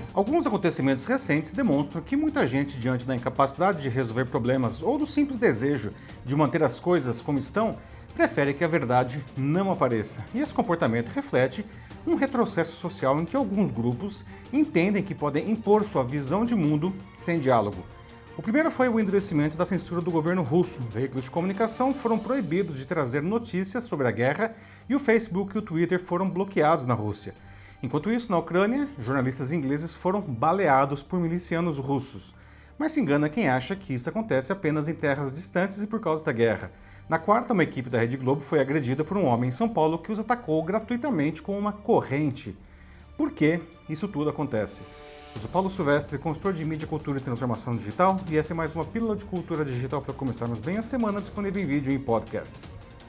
Alguns acontecimentos recentes demonstram que muita gente, diante da incapacidade de resolver problemas ou do simples desejo de manter as coisas como estão, prefere que a verdade não apareça. E esse comportamento reflete um retrocesso social em que alguns grupos entendem que podem impor sua visão de mundo sem diálogo. O primeiro foi o endurecimento da censura do governo russo. Veículos de comunicação foram proibidos de trazer notícias sobre a guerra e o Facebook e o Twitter foram bloqueados na Rússia. Enquanto isso, na Ucrânia, jornalistas ingleses foram baleados por milicianos russos. Mas se engana quem acha que isso acontece apenas em terras distantes e por causa da guerra. Na quarta, uma equipe da Rede Globo foi agredida por um homem em São Paulo que os atacou gratuitamente com uma corrente. Por que isso tudo acontece? Eu sou Paulo Silvestre, consultor de mídia, cultura e transformação digital, e essa é mais uma pílula de cultura digital para começarmos bem a semana, disponível em vídeo e em podcast.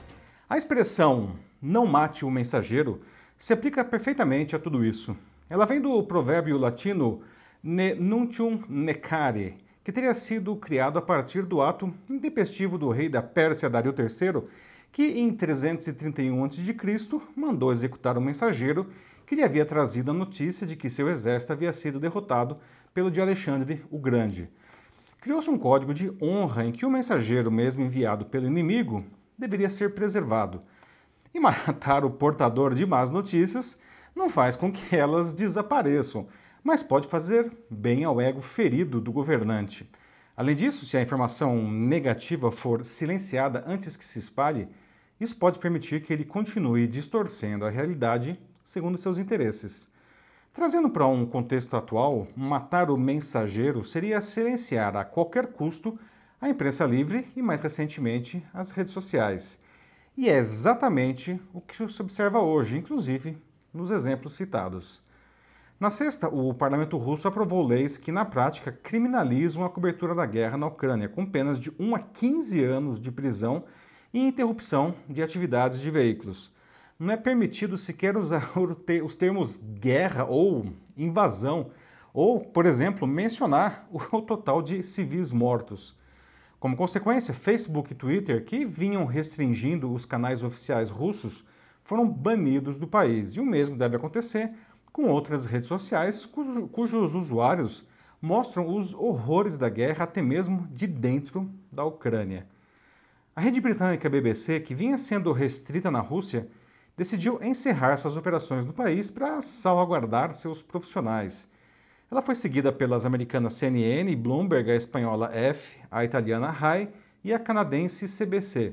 A expressão "não mate o mensageiro" se aplica perfeitamente a tudo isso. Ela vem do provérbio latino "ne nuntium necare", que teria sido criado a partir do ato intempestivo do rei da Pérsia, Dario III, que em 331 a.C. mandou executar um mensageiro que lhe havia trazido a notícia de que seu exército havia sido derrotado pelo de Alexandre o Grande. Criou-se um código de honra em que o mensageiro, mesmo enviado pelo inimigo, deveria ser preservado. E matar o portador de más notícias não faz com que elas desapareçam, mas pode fazer bem ao ego ferido do governante. Além disso, se a informação negativa for silenciada antes que se espalhe, isso pode permitir que ele continue distorcendo a realidade segundo seus interesses. Trazendo para um contexto atual, matar o mensageiro seria silenciar a qualquer custo a imprensa livre e, mais recentemente, as redes sociais. E é exatamente o que se observa hoje, inclusive nos exemplos citados. Na sexta, o parlamento russo aprovou leis que, na prática, criminalizam a cobertura da guerra na Ucrânia, com penas de 1 a 15 anos de prisão e interrupção de atividades de veículos. Não é permitido sequer usar os termos guerra ou invasão, ou, por exemplo, mencionar o total de civis mortos. Como consequência, Facebook e Twitter, que vinham restringindo os canais oficiais russos, foram banidos do país. E o mesmo deve acontecer com outras redes sociais cujos usuários mostram os horrores da guerra até mesmo de dentro da Ucrânia. A rede britânica BBC, que vinha sendo restrita na Rússia, decidiu encerrar suas operações no país para salvaguardar seus profissionais. Ela foi seguida pelas americanas CNN e Bloomberg, a espanhola F, a italiana RAI e a canadense CBC.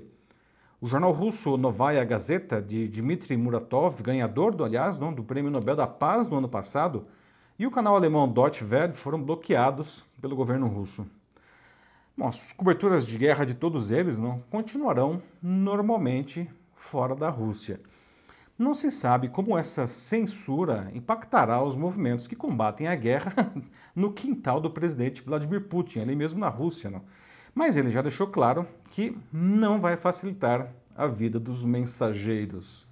O jornal russo Novaya Gazeta, de Dmitry Muratov, ganhador do Prêmio Nobel da Paz no ano passado, e o canal alemão Deutsche Welle foram bloqueados pelo governo russo. Bom, as coberturas de guerra de todos eles continuarão normalmente fora da Rússia. Não se sabe como essa censura impactará os movimentos que combatem a guerra no quintal do presidente Vladimir Putin, ali mesmo na Rússia. Mas ele já deixou claro que não vai facilitar a vida dos mensageiros.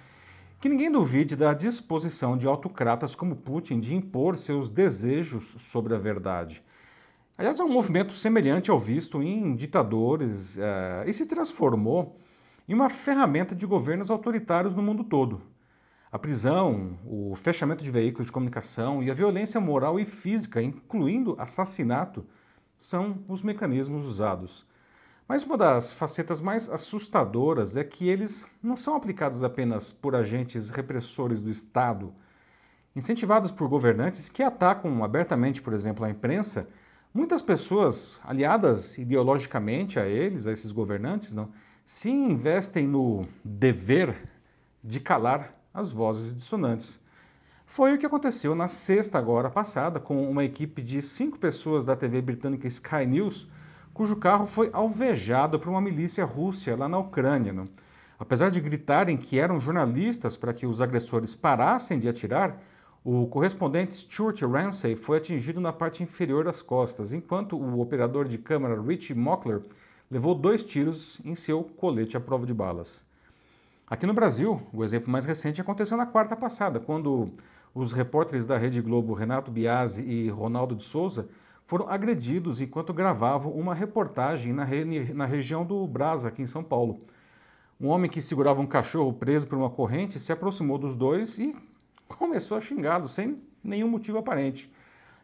Que ninguém duvide da disposição de autocratas como Putin de impor seus desejos sobre a verdade. Aliás, é um movimento semelhante ao visto em ditadores e se transformou em uma ferramenta de governos autoritários no mundo todo. A prisão, o fechamento de veículos de comunicação e a violência moral e física, incluindo assassinato, são os mecanismos usados. Mas uma das facetas mais assustadoras é que eles não são aplicados apenas por agentes repressores do Estado. Incentivados por governantes que atacam abertamente, por exemplo, a imprensa, muitas pessoas aliadas ideologicamente a eles, a esses governantes, se investem no dever de calar as vozes dissonantes. Foi o que aconteceu na sexta agora passada com uma equipe de 5 pessoas da TV britânica Sky News, cujo carro foi alvejado por uma milícia russa lá na Ucrânia. Apesar de gritarem que eram jornalistas para que os agressores parassem de atirar, o correspondente Stuart Ramsay foi atingido na parte inferior das costas, enquanto o operador de câmera Richie Mockler levou 2 tiros em seu colete à prova de balas. Aqui no Brasil, o exemplo mais recente aconteceu na quarta passada, quando os repórteres da Rede Globo Renato Biasi e Ronaldo de Souza foram agredidos enquanto gravavam uma reportagem na região do Brasa, aqui em São Paulo. Um homem que segurava um cachorro preso por uma corrente se aproximou dos dois e começou a xingá-los sem nenhum motivo aparente.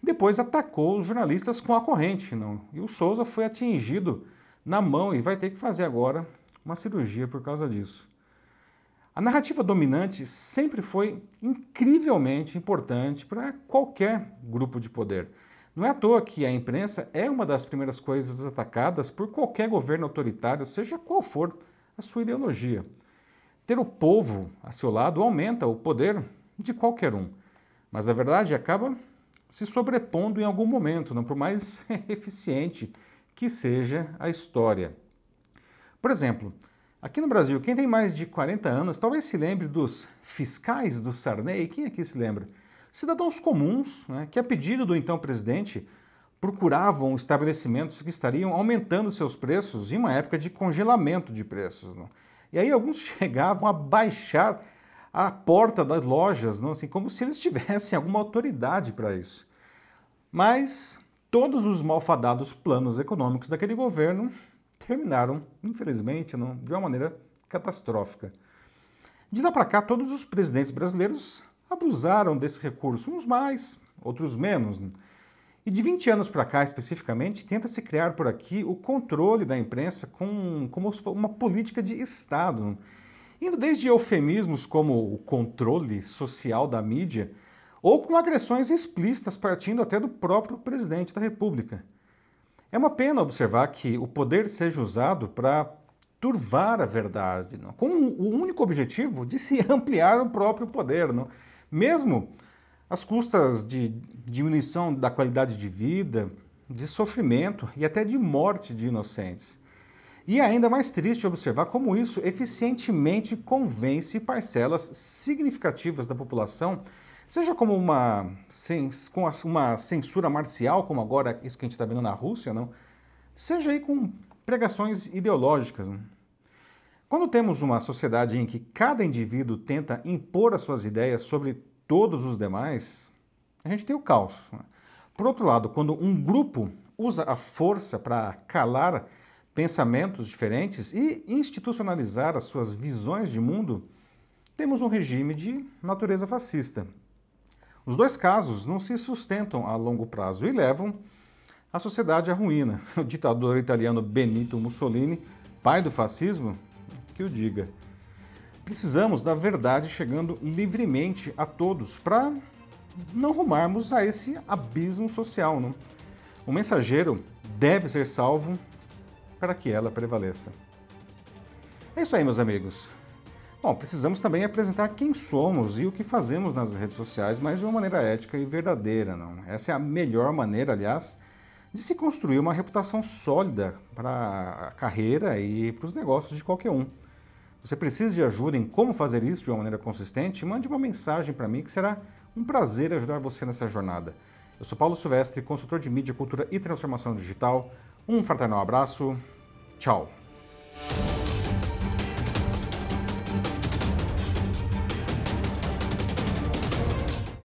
Depois atacou os jornalistas com a corrente, não? E o Souza foi atingido na mão e vai ter que fazer agora uma cirurgia por causa disso. A narrativa dominante sempre foi incrivelmente importante para qualquer grupo de poder. Não é à toa que a imprensa é uma das primeiras coisas atacadas por qualquer governo autoritário, seja qual for a sua ideologia. Ter o povo a seu lado aumenta o poder de qualquer um, mas a verdade acaba se sobrepondo em algum momento, não por mais eficiente que seja a história. Por exemplo, aqui no Brasil, quem tem mais de 40 anos talvez se lembre dos fiscais do Sarney. Quem aqui se lembra? Cidadãos comuns, né, que a pedido do então presidente procuravam estabelecimentos que estariam aumentando seus preços em uma época de congelamento de preços. Não? E aí alguns chegavam a baixar a porta das lojas, não? Assim, como se eles tivessem alguma autoridade para isso. Mas todos os malfadados planos econômicos daquele governo terminaram, infelizmente, não, de uma maneira catastrófica. De lá para cá, todos os presidentes brasileiros abusaram desse recurso, uns mais, outros menos. E de 20 anos para cá, especificamente, tenta-se criar por aqui o controle da imprensa como uma política de Estado, indo desde eufemismos como o controle social da mídia, ou com agressões explícitas partindo até do próprio presidente da República. É uma pena observar que o poder seja usado para turvar a verdade, não? Com o único objetivo de se ampliar o próprio poder, não? Mesmo às custas de diminuição da qualidade de vida, de sofrimento e até de morte de inocentes. E é ainda mais triste observar como isso eficientemente convence parcelas significativas da população, seja como uma censura marcial, como agora isso que a gente está vendo na Rússia, não? Seja aí com pregações ideológicas. Não? Quando temos uma sociedade em que cada indivíduo tenta impor as suas ideias sobre todos os demais, a gente tem o caos. Não? Por outro lado, quando um grupo usa a força para calar pensamentos diferentes e institucionalizar as suas visões de mundo, temos um regime de natureza fascista. Os dois casos não se sustentam a longo prazo e levam a sociedade à ruína. O ditador italiano Benito Mussolini, pai do fascismo, que o diga. Precisamos da verdade chegando livremente a todos para não rumarmos a esse abismo social. Não? O mensageiro deve ser salvo para que ela prevaleça. É isso aí, meus amigos. Bom, precisamos também apresentar quem somos e o que fazemos nas redes sociais, mas de uma maneira ética e verdadeira. Não? Essa é a melhor maneira, aliás, de se construir uma reputação sólida para a carreira e para os negócios de qualquer um. Você precisa de ajuda em como fazer isso de uma maneira consistente? Mande uma mensagem para mim que será um prazer ajudar você nessa jornada. Eu sou Paulo Silvestre, consultor de mídia, cultura e transformação digital. Um fraternal abraço. Tchau.